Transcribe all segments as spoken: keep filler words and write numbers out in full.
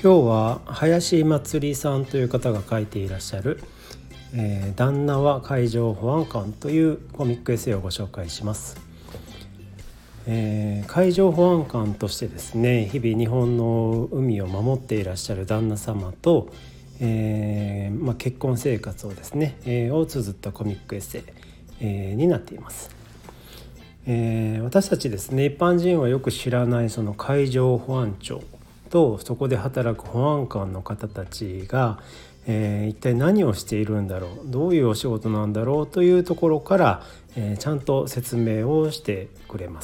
今日は林まつりさんという方が書いていらっしゃる、えー、旦那は海上保安官というコミックエッセイをご紹介します。えー、海上保安官としてですね、日々日本の海を守っていらっしゃる旦那様と、えーまあ、結婚生活をですね、えー、を綴ったコミックエッセイ、えー、になっています。えー、私たちですね、一般人はよく知らないその海上保安庁とそこで働く保安官の方たちが、えー、一体何をしているんだろう、どういうお仕事なんだろうというところから、えー、ちゃんと説明をしてくれます。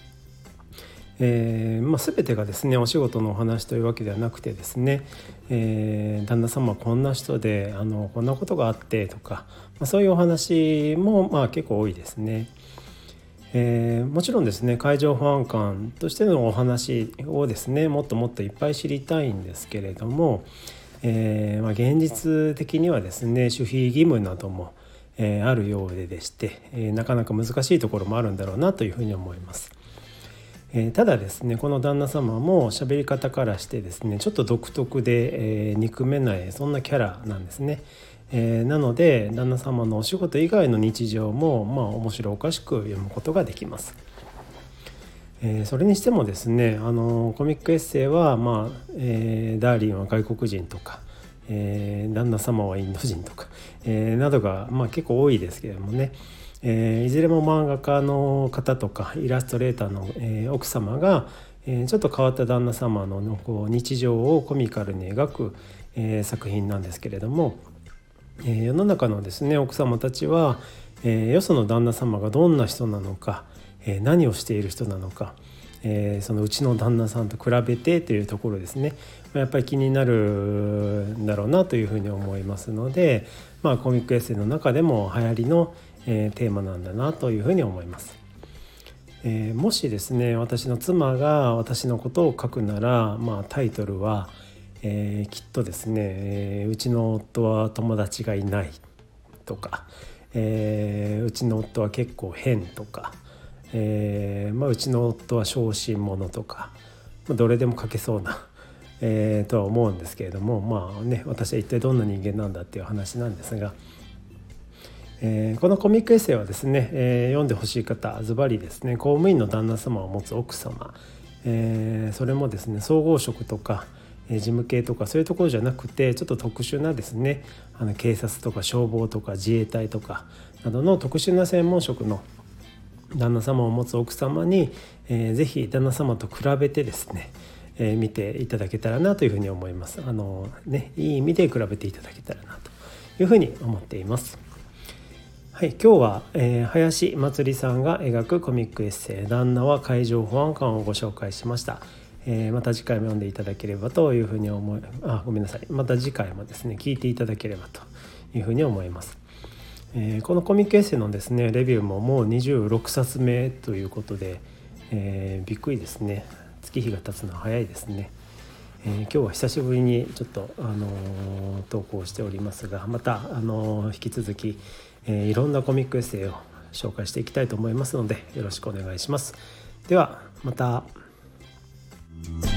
えーまあ、全てがですねお仕事のお話というわけではなくてですね、えー、旦那様はこんな人であのこんなことがあってとか、まあ、そういうお話もまあ結構多いですね。えー、もちろんですね海上保安官としてのお話をですねもっともっといっぱい知りたいんですけれども、えーまあ、現実的にはですね守秘義務なども、えー、あるようででして、えー、なかなか難しいところもあるんだろうなというふうに思います。えー、ただですねこの旦那様も喋り方からしてですねちょっと独特で、えー、憎めないそんなキャラなんですね。えー、なので旦那様のお仕事以外の日常もまあ面白おかしく読むことができます。えー、それにしてもですねあのコミックエッセイは、まあえー、ダーリンは外国人とか、えー、旦那様はインド人とか、えー、などが、まあ、結構多いですけれどもね、えー、いずれも漫画家の方とかイラストレーターの、えー、奥様が、えー、ちょっと変わった旦那様の、のこう日常をコミカルに描く、えー、作品なんですけれども、えー、世の中のですね奥様たちは、えー、よその旦那様がどんな人なのか、えー、何をしている人なのか、えー、そのうちの旦那さんと比べてというところですねやっぱり気になるんだろうなというふうに思いますので、まあ、コミックエッセイの中でも流行りのえー、テーマなんだなというふうに思います。えー、もしですね私の妻が私のことを書くなら、まあ、タイトルは、えー、きっとですね、えー、うちの夫は友達がいないとか、えー、うちの夫は結構変とか、えーまあ、うちの夫は小心者とか、まあ、どれでも書けそうなえー、とは思うんですけれども、まあね、私は一体どんな人間なんだっていう話なんですが、えー、このコミックエッセイはですね、えー、読んでほしい方ズバリですね公務員の旦那様を持つ奥様、えー、それもですね総合職とか、えー、事務系とかそういうところじゃなくてちょっと特殊なですねあの警察とか消防とか自衛隊とかなどの特殊な専門職の旦那様を持つ奥様に、えー、ぜひ旦那様と比べてですね、えー、見ていただけたらなというふうに思います。あの、ね、いい意味で比べていただけたらなというふうに思っています。はい、今日は、えー、林まつりさんが描くコミックエッセイ旦那は海上保安官をご紹介しました。えー、また次回も読んでいただければというふうに思いあごめんなさいまた次回もですね聞いていただければというふうに思います。えー、このコミックエッセイのですねレビューももうにじゅうろくさつめということで、えー、びっくりですね。月日が経つのは早いですね。えー、今日は久しぶりにちょっと、あのー、投稿しておりますがまた、あのー、引き続き、えー、いろんなコミックエッセイを紹介していきたいと思いますのでよろしくお願いします。ではまた。